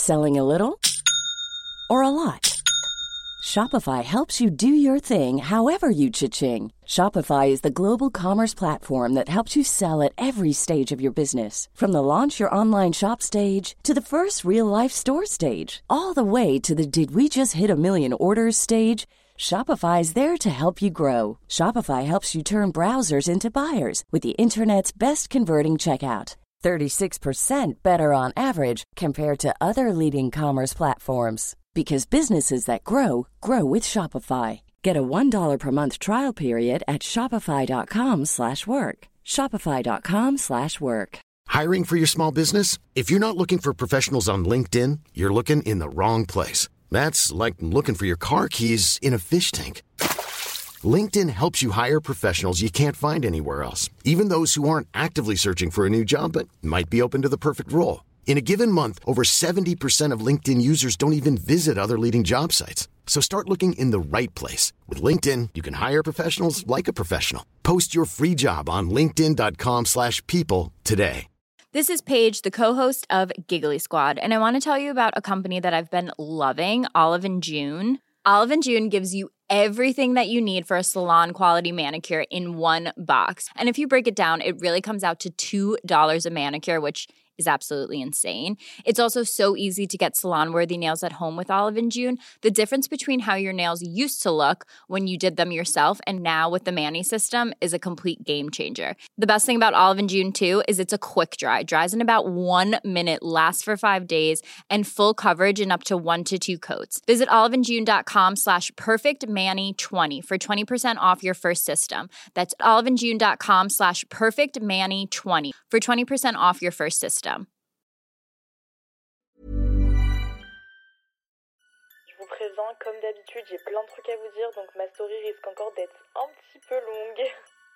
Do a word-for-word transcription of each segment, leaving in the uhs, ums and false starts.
Selling a little or a lot? Shopify helps you do your thing however you cha-ching. Shopify is the global commerce platform that helps you sell at every stage of your business. From the launch your online shop stage to the first real-life store stage, all the way to the did we just hit a million orders stage. Shopify is there to help you grow. Shopify helps you turn browsers into buyers with the internet's best converting checkout. thirty-six percent better on average compared to other leading commerce platforms. Because businesses that grow, grow with Shopify. Get a one dollar per month trial period at shopify.com slash work. Shopify.com slash work. Hiring for your small business? If you're not looking for professionals on LinkedIn, you're looking in the wrong place. That's like looking for your car keys in a fish tank. LinkedIn helps you hire professionals you can't find anywhere else, even those who aren't actively searching for a new job but might be open to the perfect role. In a given month, over seventy percent of LinkedIn users don't even visit other leading job sites. So start looking in the right place. With LinkedIn, you can hire professionals like a professional. Post your free job on linkedin.com slash people today. This is Paige, the co-host of Giggly Squad, and I want to tell you about a company that I've been loving, Olive and June. Olive and June gives you everything that you need for a salon-quality manicure in one box. And if you break it down, it really comes out to two dollars a manicure, which is absolutely insane. It's also so easy to get salon-worthy nails at home with Olive and June. The difference between how your nails used to look when you did them yourself and now with the Mani system is a complete game changer. The best thing about Olive and June, too, is it's a quick dry. Dries in about one minute, lasts for five days, and full coverage in up to one to two coats. Visit oliveandjune.com slash perfectmani20 for twenty percent off your first system. That's oliveandjune.com slash perfectmani20 for twenty percent off your first system. Je vous préviens, comme d'habitude, j'ai plein de trucs à vous dire, donc ma story risque encore d'être un petit peu longue.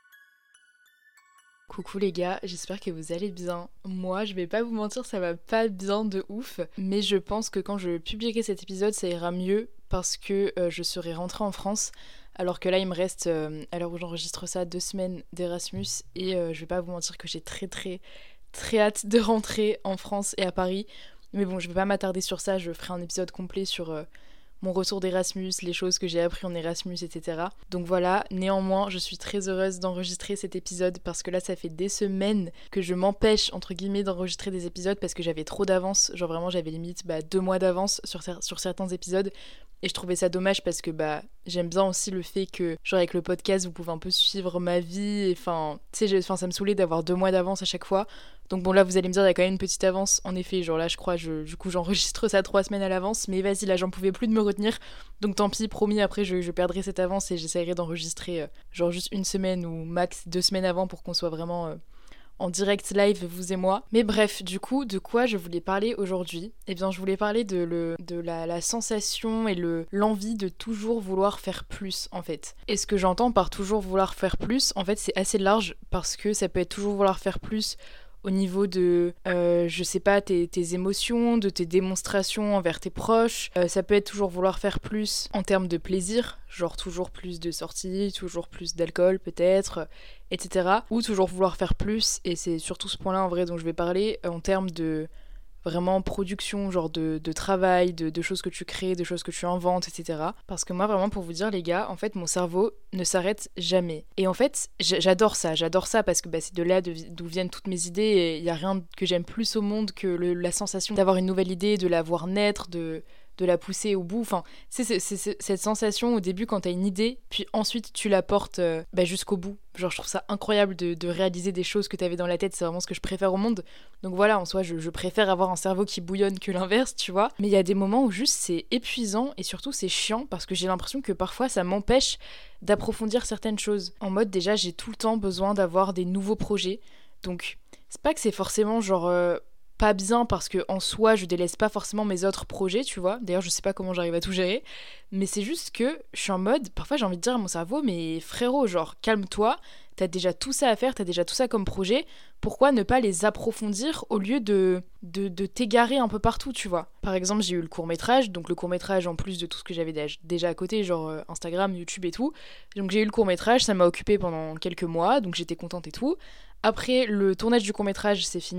Coucou les gars, j'espère que vous allez bien. Moi, je vais pas vous mentir, ça va pas bien de ouf, mais je pense que quand je publierai cet épisode, ça ira mieux parce que euh, je serai rentrée en France. Alors que là, il me reste, euh, à l'heure où j'enregistre ça, deux semaines d'Erasmus et euh, je vais pas vous mentir que j'ai très très très hâte de rentrer en France et à Paris. Mais bon, je vais pas m'attarder sur ça, je ferai un épisode complet sur euh, mon retour d'Erasmus, les choses que j'ai appris en Erasmus, et cetera. Donc voilà, néanmoins, je suis très heureuse d'enregistrer cet épisode parce que là, ça fait des semaines que je m'empêche, entre guillemets, d'enregistrer des épisodes parce que j'avais trop d'avance. Genre vraiment, j'avais limite bah, deux mois d'avance sur, sur certains épisodes. Et je trouvais ça dommage parce que bah j'aime bien aussi le fait que genre avec le podcast vous pouvez un peu suivre ma vie, enfin tu sais ça me saoulait d'avoir deux mois d'avance à chaque fois. Donc bon là vous allez me dire il y a quand même une petite avance en effet, genre là je crois je, du coup j'enregistre ça trois semaines à l'avance, mais vas-y là j'en pouvais plus de me retenir, donc tant pis, promis après je, je perdrai cette avance et j'essaierai d'enregistrer euh, genre juste une semaine ou max deux semaines avant pour qu'on soit vraiment euh, en direct live, vous et moi. Mais bref, du coup, de quoi je voulais parler aujourd'hui ? Eh bien, je voulais parler de, le, de la, la sensation et le, l'envie de toujours vouloir faire plus, en fait. Et ce que j'entends par toujours vouloir faire plus, en fait, c'est assez large, parce que ça peut être toujours vouloir faire plus au niveau de, euh, je sais pas, tes, tes émotions, de tes démonstrations envers tes proches. Euh, ça peut être toujours vouloir faire plus en termes de plaisir, genre toujours plus de sorties, toujours plus d'alcool peut-être, et cetera. Ou toujours vouloir faire plus, et c'est surtout ce point-là en vrai dont je vais parler, en termes de vraiment production, genre de, de travail, de, de choses que tu crées, de choses que tu inventes, et cetera. Parce que moi, vraiment, pour vous dire, les gars, en fait, mon cerveau ne s'arrête jamais. Et en fait, j'adore ça, j'adore ça parce que bah, c'est de là de, d'où viennent toutes mes idées, et il n'y a rien que j'aime plus au monde que le, la sensation d'avoir une nouvelle idée, de la voir naître, de... de la pousser au bout, enfin, c'est, c'est, c'est, c'est cette sensation au début quand t'as une idée, puis ensuite tu la portes euh, bah, jusqu'au bout. Genre je trouve ça incroyable de, de réaliser des choses que t'avais dans la tête, c'est vraiment ce que je préfère au monde. Donc voilà, en soi, je, je préfère avoir un cerveau qui bouillonne que l'inverse, tu vois. Mais il y a des moments où juste c'est épuisant et surtout c'est chiant parce que j'ai l'impression que parfois ça m'empêche d'approfondir certaines choses. En mode déjà, j'ai tout le temps besoin d'avoir des nouveaux projets. Donc c'est pas que c'est forcément genre... Euh, pas bien parce que en soi je délaisse pas forcément mes autres projets, tu vois, d'ailleurs je sais pas comment j'arrive à tout gérer, mais c'est juste que je suis en mode, parfois j'ai envie de dire à mon cerveau, mais frérot, genre calme-toi, t'as déjà tout ça à faire, t'as déjà tout ça comme projet, pourquoi ne pas les approfondir au lieu de, de, de t'égarer un peu partout, tu vois. Par exemple, j'ai eu le court-métrage, donc le court-métrage en plus de tout ce que j'avais déjà à côté, genre euh, Instagram, YouTube et tout, donc j'ai eu le court-métrage, ça m'a occupé pendant quelques mois, donc j'étais contente et tout. Après, le tournage du court-métrage, c'est fini.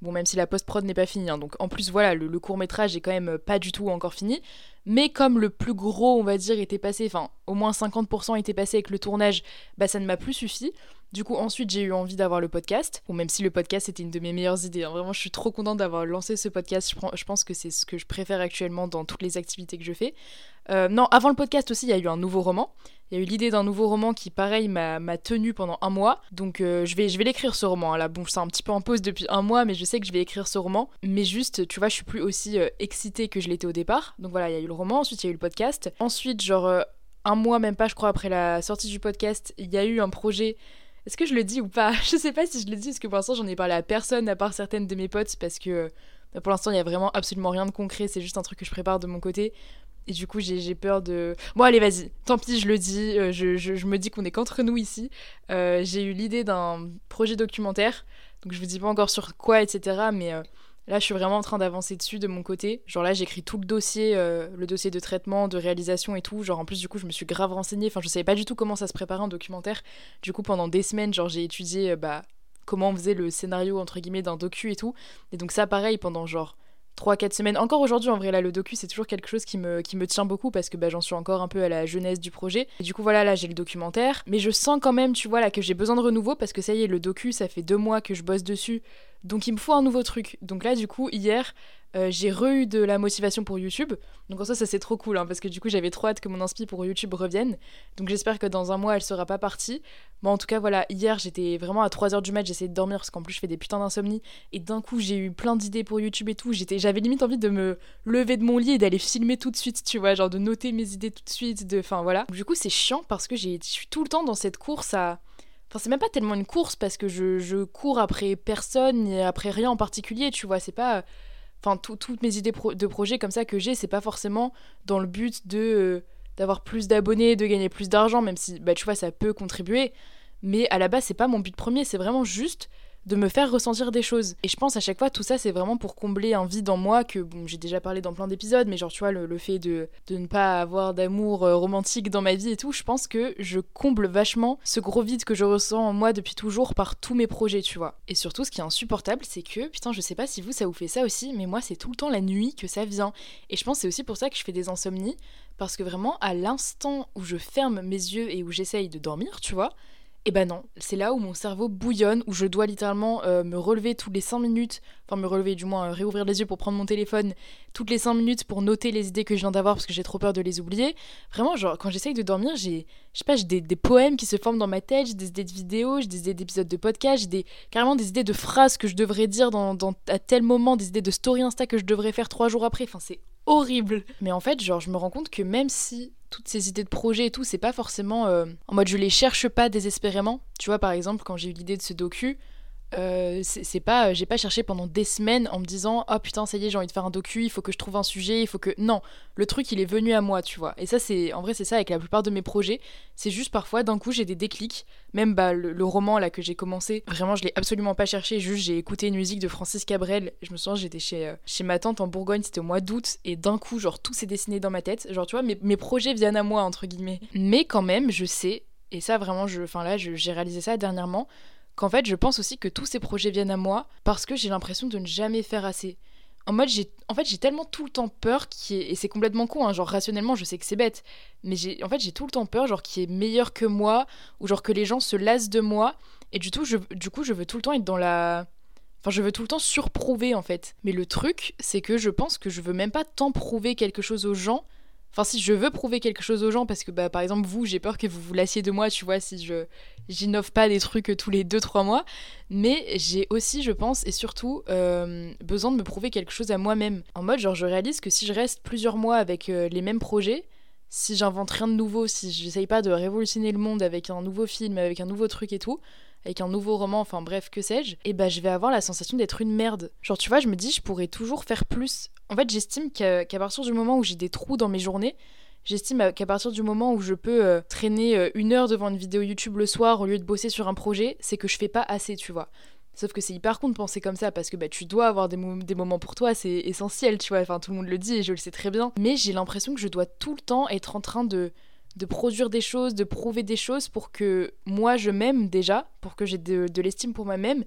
Bon, même si la post-prod n'est pas finie, hein. Donc en plus voilà, le, le court-métrage est quand même pas du tout encore fini. Mais comme le plus gros, on va dire, était passé, enfin au moins cinquante pour cent était passé avec le tournage, bah ça ne m'a plus suffi. Du coup, ensuite, j'ai eu envie d'avoir le podcast. Bon, même si le podcast était une de mes meilleures idées, hein. Vraiment, je suis trop contente d'avoir lancé ce podcast. Je, prends, je pense que c'est ce que je préfère actuellement dans toutes les activités que je fais. Euh, non, avant le podcast aussi, il y a eu un nouveau roman. Il y a eu l'idée d'un nouveau roman qui, pareil, m'a, m'a tenue pendant un mois. Donc, euh, je vais, je vais l'écrire, ce roman. Là, bon, c'est un petit peu en pause depuis un mois, mais je sais que je vais écrire ce roman. Mais juste, tu vois, je suis plus aussi euh, excitée que je l'étais au départ. Donc voilà, il y a eu le roman, ensuite, il y a eu le podcast. Ensuite, genre, euh, un mois, même pas, je crois, après la sortie du podcast, il y a eu un projet... Est-ce que je le dis ou pas ? Je sais pas si je le dis, parce que pour l'instant, j'en ai parlé à personne, à part certaines de mes potes, parce que euh, pour l'instant, il y a vraiment absolument rien de concret, c'est juste un truc que je prépare de mon côté. Et du coup, j'ai, j'ai peur de... Bon, allez, vas-y, tant pis, je le dis, euh, je, je, je me dis qu'on est qu'entre nous ici. Euh, j'ai eu l'idée d'un projet documentaire, donc je vous dis pas encore sur quoi, et cetera, mais... Euh, Là, je suis vraiment en train d'avancer dessus de mon côté. Genre là, j'écris tout le dossier, euh, le dossier de traitement, de réalisation et tout. Genre en plus, du coup, je me suis grave renseignée. Enfin, je savais pas du tout comment ça se préparait un documentaire. Du coup, pendant des semaines, genre j'ai étudié euh, bah, comment on faisait le scénario, entre guillemets, d'un docu et tout. Et donc ça, pareil, pendant genre trois quatre semaines. Encore aujourd'hui, en vrai, là, le docu, c'est toujours quelque chose qui me, qui me tient beaucoup parce que bah, j'en suis encore un peu à la jeunesse du projet. Et du coup, voilà, là, j'ai le documentaire. Mais je sens quand même, tu vois, là, que j'ai besoin de renouveau parce que ça y est, le docu, ça fait deux mois que je bosse dessus. Donc il me faut un nouveau truc. Donc là, du coup, hier, euh, j'ai re-eu de la motivation pour YouTube. Donc en soi, ça c'est trop cool, hein, parce que du coup, j'avais trop hâte que mon inspi pour YouTube revienne. Donc j'espère que dans un mois, elle sera pas partie. Bon, en tout cas, voilà, hier, j'étais vraiment à trois heures du mat', j'essayais de dormir, parce qu'en plus, je fais des putains d'insomnie. Et d'un coup, j'ai eu plein d'idées pour YouTube et tout. J'étais, j'avais limite envie de me lever de mon lit et d'aller filmer tout de suite, tu vois, genre de noter mes idées tout de suite. De... Enfin, voilà. Donc, du coup, c'est chiant, parce que j'ai... je suis tout le temps dans cette course à... Enfin, c'est même pas tellement une course parce que je, je cours après personne et après rien en particulier, tu vois, c'est pas... Enfin, tout, toutes mes idées pro- de projets comme ça que j'ai, c'est pas forcément dans le but de, euh, d'avoir plus d'abonnés, de gagner plus d'argent, même si, bah, tu vois, ça peut contribuer. Mais à la base, c'est pas mon but premier, c'est vraiment juste de me faire ressentir des choses. Et je pense à chaque fois, tout ça, c'est vraiment pour combler un vide en moi que, bon, j'ai déjà parlé dans plein d'épisodes, mais genre, tu vois, le, le fait de, de ne pas avoir d'amour euh, romantique dans ma vie et tout, je pense que je comble vachement ce gros vide que je ressens en moi depuis toujours par tous mes projets, tu vois. Et surtout, ce qui est insupportable, c'est que, putain, je sais pas si vous, ça vous fait ça aussi, mais moi, c'est tout le temps la nuit que ça vient. Et je pense que c'est aussi pour ça que je fais des insomnies, parce que vraiment, à l'instant où je ferme mes yeux et où j'essaye de dormir, tu vois, et ben non, c'est là où mon cerveau bouillonne, où je dois littéralement euh, me relever toutes les cinq minutes, enfin me relever du moins, euh, réouvrir les yeux pour prendre mon téléphone toutes les cinq minutes pour noter les idées que je viens d'avoir parce que j'ai trop peur de les oublier. Vraiment, genre, quand j'essaye de dormir, j'ai, je sais pas, j'ai des, des poèmes qui se forment dans ma tête, j'ai des idées de vidéos, j'ai des idées d'épisodes de podcast, j'ai des, carrément des idées de phrases que je devrais dire dans, dans, à tel moment, des idées de story Insta que je devrais faire trois jours après, enfin c'est horrible. Mais en fait, genre, je me rends compte que même si toutes ces idées de projet et tout, c'est pas forcément euh, en mode je les cherche pas désespérément. Tu vois, par exemple, quand j'ai eu l'idée de ce docu, euh, c'est, c'est pas, j'ai pas cherché pendant des semaines en me disant oh putain ça y est j'ai envie de faire un docu, il faut que je trouve un sujet, il faut que... Non, le truc il est venu à moi, tu vois. Et ça c'est, en vrai c'est ça avec la plupart de mes projets, c'est juste parfois d'un coup j'ai des déclics. Même bah, le, le roman là que j'ai commencé, vraiment je l'ai absolument pas cherché, juste j'ai écouté une musique de Francis Cabrel. Je me souviens j'étais chez, euh, chez ma tante en Bourgogne, c'était au mois d'août, et d'un coup genre tout s'est dessiné dans ma tête. Genre tu vois mes, mes projets viennent à moi entre guillemets. Mais quand même je sais, et ça vraiment je, enfin là je, j'ai réalisé ça dernièrement, qu'en fait je pense aussi que tous ces projets viennent à moi parce que j'ai l'impression de ne jamais faire assez. En mode, j'ai, en fait, j'ai tellement tout le temps peur qui est, et c'est complètement con, hein, genre rationnellement, je sais que c'est bête, mais j'ai, en fait, j'ai tout le temps peur, genre qui est meilleur que moi, ou genre que les gens se lassent de moi, et du coup, je, du coup, je veux tout le temps être dans la, enfin, je veux tout le temps surprouver en fait. Mais le truc, c'est que je pense que je veux même pas tant prouver quelque chose aux gens. Enfin, si je veux prouver quelque chose aux gens, parce que, bah, par exemple, vous, j'ai peur que vous vous lassiez de moi, tu vois, si je j'innove pas des trucs tous les deux trois mois. Mais j'ai aussi, je pense, et surtout, euh, besoin de me prouver quelque chose à moi-même. En mode, genre, je réalise que si je reste plusieurs mois avec euh, les mêmes projets, si j'invente rien de nouveau, si j'essaye pas de révolutionner le monde avec un nouveau film, avec un nouveau truc et tout, avec un nouveau roman, enfin bref, que sais-je, et bah je vais avoir la sensation d'être une merde. Genre, tu vois, je me dis, je pourrais toujours faire plus. En fait, j'estime qu'à, qu'à partir du moment où j'ai des trous dans mes journées, j'estime qu'à partir du moment où je peux euh, traîner euh, une heure devant une vidéo YouTube le soir au lieu de bosser sur un projet, c'est que je fais pas assez, tu vois. Sauf que c'est hyper con de penser comme ça, parce que bah, tu dois avoir des, mo- des moments pour toi, c'est essentiel, tu vois, enfin tout le monde le dit et je le sais très bien. Mais j'ai l'impression que je dois tout le temps être en train de... de produire des choses, de prouver des choses pour que moi je m'aime déjà, pour que j'ai de, de l'estime pour moi-même,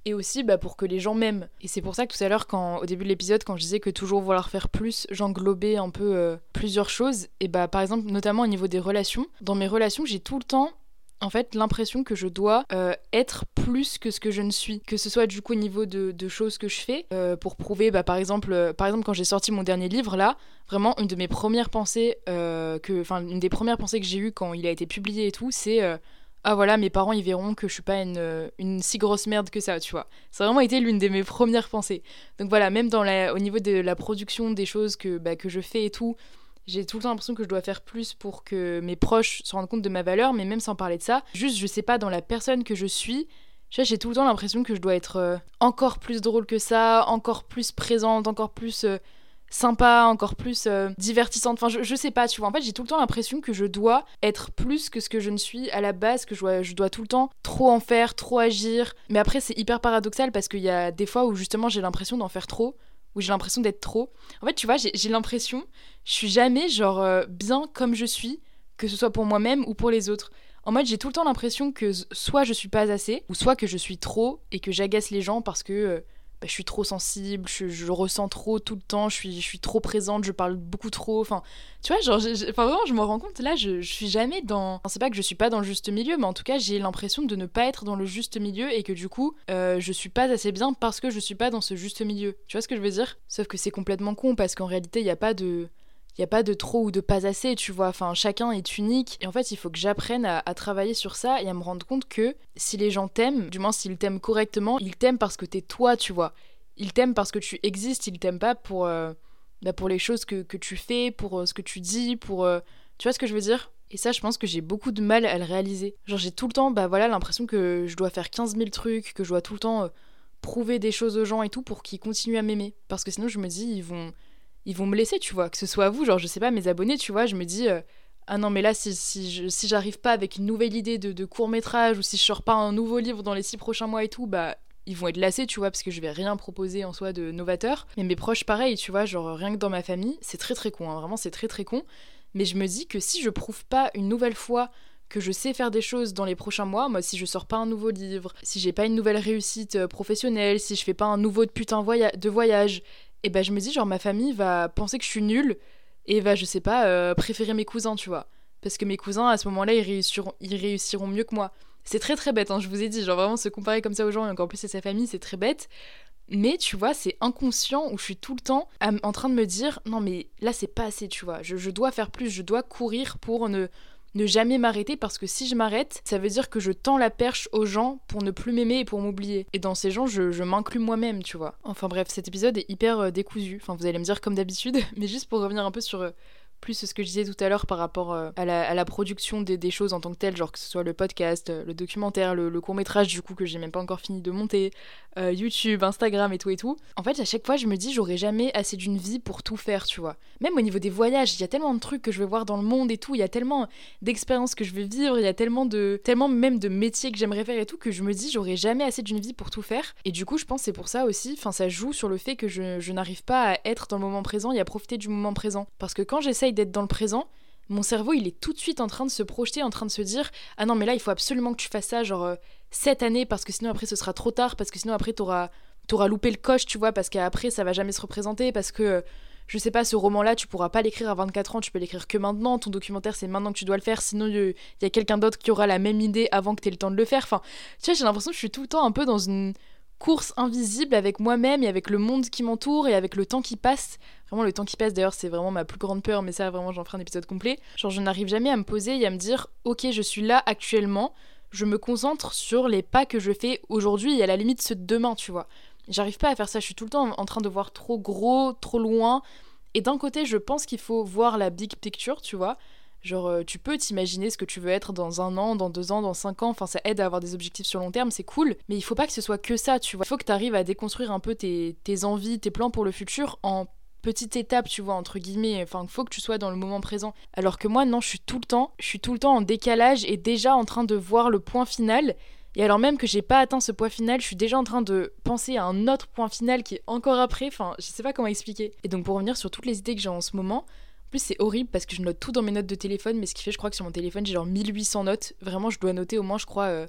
et aussi bah, pour que les gens m'aiment. Et c'est pour ça que tout à l'heure, quand, au début de l'épisode, quand je disais que toujours vouloir faire plus, j'englobais un peu euh, plusieurs choses. Et bah par exemple, notamment au niveau des relations. Dans mes relations, j'ai tout le temps en fait l'impression que je dois euh, être plus que ce que je ne suis. Que ce soit du coup au niveau de, de choses que je fais, euh, pour prouver, bah, par, exemple, euh, par exemple quand j'ai sorti mon dernier livre là, vraiment une de mes premières pensées, euh, que, enfin une des premières pensées que j'ai eues quand il a été publié et tout, c'est... Euh, ah voilà, mes parents ils verront que je suis pas une, une si grosse merde que ça, tu vois. Ça a vraiment été l'une de mes premières pensées. Donc voilà, même dans la, au niveau de la production des choses que, bah, que je fais et tout, j'ai tout le temps l'impression que je dois faire plus pour que mes proches se rendent compte de ma valeur, mais même sans parler de ça, juste je sais pas, dans la personne que je suis, j'ai tout le temps l'impression que je dois être euh, encore plus drôle que ça, encore plus présente, encore plus... Euh, sympa, encore plus euh, divertissante, enfin je, je sais pas, tu vois, en fait j'ai tout le temps l'impression que je dois être plus que ce que je ne suis à la base, que je dois, je dois tout le temps trop en faire, trop agir, mais après c'est hyper paradoxal parce qu'il y a des fois où justement j'ai l'impression d'en faire trop, où j'ai l'impression d'être trop, en fait tu vois, j'ai, j'ai l'impression, je suis jamais genre euh, bien comme je suis, que ce soit pour moi-même ou pour les autres. En mode j'ai tout le temps l'impression que soit je suis pas assez, ou soit que je suis trop et que j'agace les gens parce que... Euh, Bah, je suis trop sensible, je, je ressens trop tout le temps, je suis, je suis trop présente, je parle beaucoup trop, enfin, tu vois, genre, j'ai, j'ai, enfin vraiment, je me rends compte, là, je, je suis jamais dans... Enfin, c'est pas que je suis pas dans le juste milieu, mais en tout cas, j'ai l'impression de ne pas être dans le juste milieu et que du coup, euh, je suis pas assez bien parce que je suis pas dans ce juste milieu. Tu vois ce que je veux dire ? Sauf que c'est complètement con, parce qu'en réalité, il y a pas de... Il n'y a pas de trop ou de pas assez, tu vois, enfin chacun est unique et en fait il faut que j'apprenne à, à travailler sur ça et à me rendre compte que si les gens t'aiment, du moins s'ils t'aiment correctement, ils t'aiment parce que t'es toi, tu vois. Ils t'aiment parce que tu existes, ils t'aiment pas pour, euh, bah pour les choses que, que tu fais, pour euh, ce que tu dis, pour... Euh, tu vois ce que je veux dire ? Et ça je pense que j'ai beaucoup de mal à le réaliser. Genre j'ai tout le temps, bah voilà, l'impression que je dois faire quinze mille trucs, que je dois tout le temps euh, prouver des choses aux gens et tout pour qu'ils continuent à m'aimer. Parce que sinon je me dis, ils vont... ils vont me laisser, tu vois, que ce soit à vous, genre je sais pas, mes abonnés, tu vois, je me dis euh, ah non mais là si, si, je, si j'arrive pas avec une nouvelle idée de, de court-métrage ou si je sors pas un nouveau livre dans les six prochains mois et tout, bah ils vont être lassés, tu vois, parce que je vais rien proposer en soi de novateur. Mais mes proches pareil, tu vois, genre rien que dans ma famille, c'est très très con, hein, vraiment c'est très très con, mais je me dis que si je prouve pas une nouvelle fois que je sais faire des choses dans les prochains mois, moi si je sors pas un nouveau livre, si j'ai pas une nouvelle réussite professionnelle, si je fais pas un nouveau de putain voya- de voyage, et ben je me dis genre ma famille va penser que je suis nulle et va je sais pas euh, préférer mes cousins, tu vois, parce que mes cousins à ce moment-là ils réussiront, ils réussiront mieux que moi. C'est très très bête, hein, je vous ai dit, genre vraiment se comparer comme ça aux gens et encore plus à sa famille c'est très bête, mais tu vois c'est inconscient où je suis tout le temps à, en train de me dire non mais là c'est pas assez, tu vois, je, je dois faire plus, je dois courir pour ne ne jamais m'arrêter, parce que si je m'arrête, ça veut dire que je tends la perche aux gens pour ne plus m'aimer et pour m'oublier. Et dans ces gens, je, je m'inclus moi-même, tu vois. Enfin bref, cet épisode est hyper euh, décousu. Enfin, vous allez me dire comme d'habitude, mais juste pour revenir un peu sur... Euh, plus ce que je disais tout à l'heure par rapport euh, à, la, à la production des, des choses en tant que telles, genre que ce soit le podcast, euh, le documentaire, le, le court-métrage du coup que j'ai même pas encore fini de monter, euh, YouTube, Instagram et tout et tout. En fait, à chaque fois, je me dis j'aurai jamais assez d'une vie pour tout faire, tu vois. Même au niveau des voyages, il y a tellement de trucs que je veux voir dans le monde et tout, il y a tellement d'expériences que je veux vivre, il y a tellement de tellement même de métiers que j'aimerais faire et tout, que je me dis j'aurai jamais assez d'une vie pour tout faire. Et du coup, je pense que c'est pour ça aussi, enfin ça joue sur le fait que je, je n'arrive pas à être dans le moment présent et à profiter du moment présent. Parce que quand j'essaye d'être dans le présent, mon cerveau il est tout de suite en train de se projeter, en train de se dire ah non mais là il faut absolument que tu fasses ça genre euh, cette année, parce que sinon après ce sera trop tard, parce que sinon après t'auras, t'auras loupé le coche, tu vois, parce qu'après ça va jamais se représenter, parce que euh, je sais pas, ce roman là tu pourras pas l'écrire à vingt-quatre ans, tu peux l'écrire que maintenant, ton documentaire c'est maintenant que tu dois le faire, sinon il euh, y a quelqu'un d'autre qui aura la même idée avant que t'aies le temps de le faire. Enfin tu vois, j'ai l'impression que je suis tout le temps un peu dans une course invisible avec moi-même et avec le monde qui m'entoure et avec le temps qui passe. Vraiment le temps qui passe d'ailleurs c'est vraiment ma plus grande peur, mais ça vraiment j'en ferai un épisode complet. Genre je n'arrive jamais à me poser et à me dire ok je suis là actuellement, je me concentre sur les pas que je fais aujourd'hui et à la limite ceux de demain, tu vois. J'arrive pas à faire ça, je suis tout le temps en train de voir trop gros, trop loin, et d'un côté je pense qu'il faut voir la big picture, tu vois. Genre, euh, tu peux t'imaginer ce que tu veux être dans un an, dans deux ans, dans cinq ans, enfin ça aide à avoir des objectifs sur long terme, c'est cool, mais il faut pas que ce soit que ça, tu vois. Il faut que t'arrives à déconstruire un peu tes, tes envies, tes plans pour le futur en petites étapes, tu vois, entre guillemets, enfin, il faut que tu sois dans le moment présent. Alors que moi, non, je suis tout le temps, je suis tout le temps en décalage et déjà en train de voir le point final, et alors même que j'ai pas atteint ce point final, je suis déjà en train de penser à un autre point final qui est encore après, enfin, je sais pas comment expliquer. Et donc pour revenir sur toutes les idées que j'ai en ce moment, en plus c'est horrible parce que je note tout dans mes notes de téléphone, mais ce qui fait je crois que sur mon téléphone j'ai genre mille huit cents notes, vraiment je dois noter au moins je crois euh,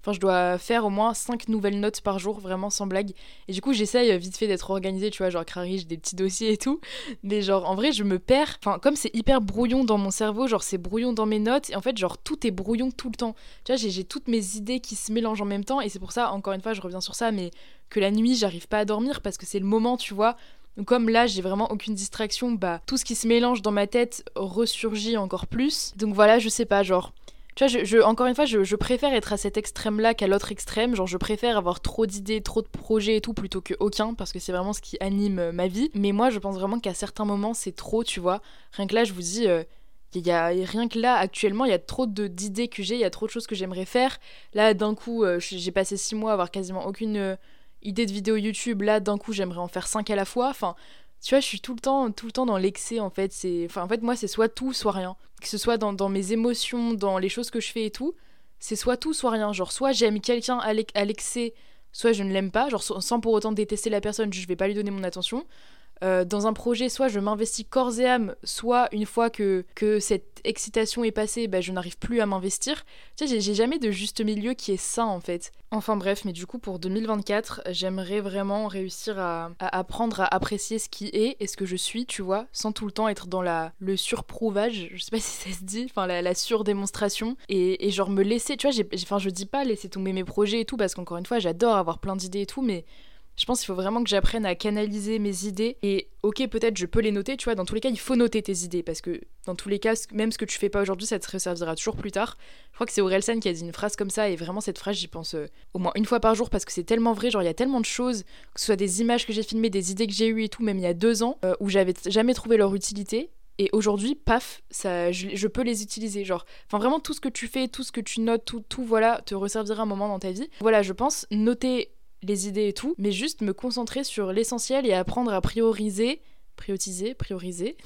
Enfin, je dois faire au moins cinq nouvelles notes par jour, vraiment sans blague. Et du coup, j'essaye vite fait d'être organisée, tu vois, genre Crary, j'ai des petits dossiers et tout. Mais genre, en vrai, je me perds. Enfin, comme c'est hyper brouillon dans mon cerveau, genre c'est brouillon dans mes notes. Et en fait, genre, tout est brouillon tout le temps. Tu vois, j'ai, j'ai toutes mes idées qui se mélangent en même temps. Et c'est pour ça, encore une fois, je reviens sur ça, mais que la nuit, j'arrive pas à dormir parce que c'est le moment, tu vois. Donc comme là, j'ai vraiment aucune distraction, bah, tout ce qui se mélange dans ma tête ressurgit encore plus. Donc voilà, je sais pas, genre... Tu vois, je, je, encore une fois, je, je préfère être à cet extrême-là qu'à l'autre extrême. Genre, je préfère avoir trop d'idées, trop de projets et tout, plutôt qu'aucun, parce que c'est vraiment ce qui anime ma vie. Mais moi, je pense vraiment qu'à certains moments, c'est trop, tu vois. Rien que là, je vous dis... Euh, Il y a, rien que là, actuellement, il y a trop de, d'idées que j'ai, il y a trop de choses que j'aimerais faire. Là, d'un coup, euh, j'ai passé six mois à avoir quasiment aucune euh, idée de vidéo YouTube. Là, d'un coup, j'aimerais en faire cinq à la fois. Enfin, tu vois, je suis tout le temps, tout le temps dans l'excès, en fait. C'est, enfin, en fait, moi, c'est soit tout, soit rien. Que ce soit dans, dans mes émotions, dans les choses que je fais et tout, c'est soit tout, soit rien. Genre, soit j'aime quelqu'un à l'excès, soit je ne l'aime pas. Genre, sans pour autant détester la personne, je vais pas lui donner mon attention. Euh, dans un projet, soit je m'investis corps et âme, soit une fois que, que cette excitation est passée, bah, je n'arrive plus à m'investir. Tu sais, j'ai, j'ai jamais de juste milieu qui est sain en fait. Enfin bref, mais du coup pour deux mille vingt-quatre, j'aimerais vraiment réussir à, à apprendre à apprécier ce qui est et ce que je suis, tu vois, sans tout le temps être dans la, le surprouvage, je sais pas si ça se dit, enfin la, la surdémonstration, et, et genre me laisser, tu vois, j'ai, enfin je dis pas laisser tomber mes projets et tout, parce qu'encore une fois j'adore avoir plein d'idées et tout, mais... Je pense qu'il faut vraiment que j'apprenne à canaliser mes idées. Et ok, peut-être je peux les noter, tu vois. Dans tous les cas, il faut noter tes idées. Parce que dans tous les cas, même ce que tu fais pas aujourd'hui, ça te resservira toujours plus tard. Je crois que c'est Orelsan qui a dit une phrase comme ça. Et vraiment, cette phrase, j'y pense euh, au moins une fois par jour. Parce que c'est tellement vrai. Genre, il y a tellement de choses, que ce soit des images que j'ai filmées, des idées que j'ai eues et tout, même il y a deux ans, euh, où j'avais jamais trouvé leur utilité. Et aujourd'hui, paf, ça, je, je peux les utiliser. Genre, enfin vraiment, tout ce que tu fais, tout ce que tu notes, tout, tout voilà, te resservira un moment dans ta vie. Voilà, je pense, noter les idées et tout, mais juste me concentrer sur l'essentiel et apprendre à prioriser, prioriser, prioriser,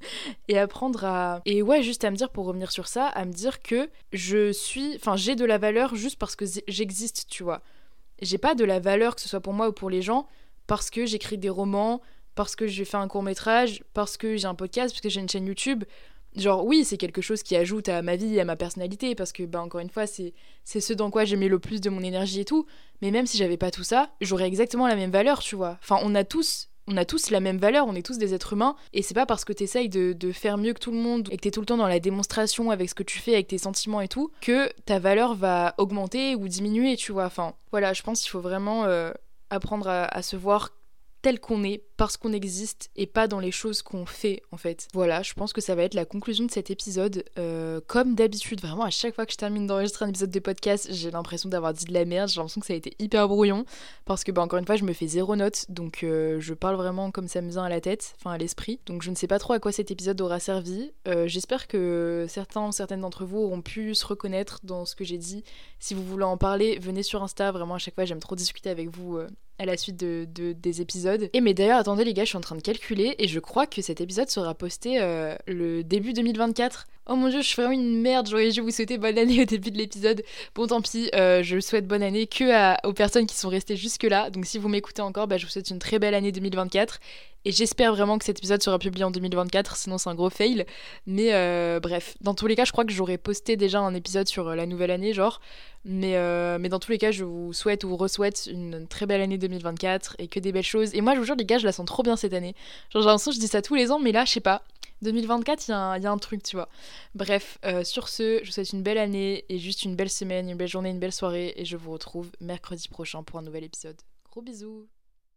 et apprendre à... Et ouais, juste à me dire, pour revenir sur ça, à me dire que je suis... Enfin, j'ai de la valeur juste parce que j'existe, tu vois. J'ai pas de la valeur, que ce soit pour moi ou pour les gens, parce que j'écris des romans, parce que j'ai fait un court-métrage, parce que j'ai un podcast, parce que j'ai une chaîne YouTube... Genre oui, c'est quelque chose qui ajoute à ma vie, à ma personnalité, parce que bah encore une fois, c'est, c'est ce dans quoi j'ai mis le plus de mon énergie et tout, mais même si j'avais pas tout ça, j'aurais exactement la même valeur, tu vois. Enfin, on a tous, on a tous la même valeur, on est tous des êtres humains, et c'est pas parce que t'essayes de, de faire mieux que tout le monde, et que t'es tout le temps dans la démonstration avec ce que tu fais, avec tes sentiments et tout, que ta valeur va augmenter ou diminuer, tu vois. Enfin, voilà, je pense qu'il faut vraiment euh, apprendre à, à se voir tel qu'on est, parce qu'on existe, et pas dans les choses qu'on fait, en fait. Voilà, je pense que ça va être la conclusion de cet épisode. Euh, comme d'habitude, vraiment, à chaque fois que je termine d'enregistrer un épisode de podcast, j'ai l'impression d'avoir dit de la merde, j'ai l'impression que ça a été hyper brouillon, parce que, bah, encore une fois, je me fais zéro note, donc euh, je parle vraiment comme ça me vient à la tête, enfin à l'esprit. Donc je ne sais pas trop à quoi cet épisode aura servi. Euh, j'espère que certains ou certaines d'entre vous auront pu se reconnaître dans ce que j'ai dit. Si vous voulez en parler, venez sur Insta, vraiment, à chaque fois, j'aime trop discuter avec vous euh, à la suite de, de, des épisodes. Et mais d'ailleurs, attendez les gars, je suis en train de calculer et je crois que cet épisode sera posté euh, le début deux mille vingt-quatre. Oh mon dieu, je suis vraiment une merde, j'aurais dû vous souhaiter bonne année au début de l'épisode. Bon tant pis, euh, je souhaite bonne année que à, aux personnes qui sont restées jusque là. Donc si vous m'écoutez encore, bah, je vous souhaite une très belle année deux mille vingt-quatre. Et j'espère vraiment que cet épisode sera publié en deux mille vingt-quatre, sinon c'est un gros fail. Mais euh, bref, dans tous les cas, je crois que j'aurais posté déjà un épisode sur la nouvelle année, genre. Mais, euh, mais dans tous les cas, je vous souhaite ou vous re-souhaite une très belle année deux mille vingt-quatre et que des belles choses. Et moi, je vous jure, les gars, je la sens trop bien cette année. Genre, j'ai l'impression que je dis ça tous les ans, mais là, je sais pas. deux mille vingt-quatre, il y, y a un truc, tu vois. Bref, euh, sur ce, je vous souhaite une belle année et juste une belle semaine, une belle journée, une belle soirée. Et je vous retrouve mercredi prochain pour un nouvel épisode. Gros bisous.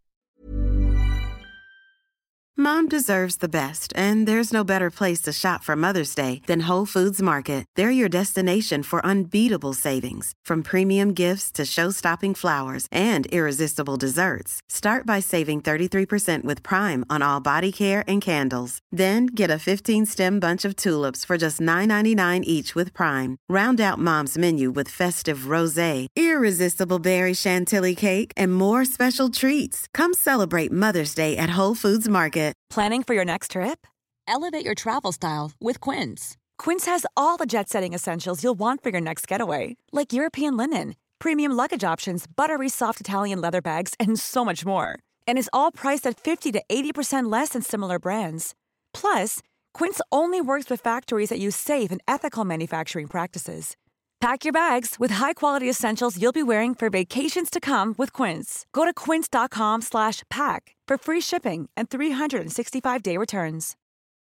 Mom deserves the best, and there's no better place to shop for Mother's Day than Whole Foods Market. They're your destination for unbeatable savings, from premium gifts to show-stopping flowers and irresistible desserts. Start by saving thirty-three percent with Prime on all body care and candles. Then get a fifteen-stem bunch of tulips for just nine ninety-nine each with Prime. Round out Mom's menu with festive rosé, irresistible berry chantilly cake, and more special treats. Come celebrate Mother's Day at Whole Foods Market. Planning for your next trip? Elevate your travel style with Quince. Quince has all the jet-setting essentials you'll want for your next getaway, like European linen, premium luggage options, buttery soft Italian leather bags, and so much more. And is all priced at fifty to eighty percent less than similar brands. Plus, Quince only works with factories that use safe and ethical manufacturing practices. Pack your bags with high-quality essentials you'll be wearing for vacations to come with Quince. Go to quince.com slash pack for free shipping and three sixty-five day returns.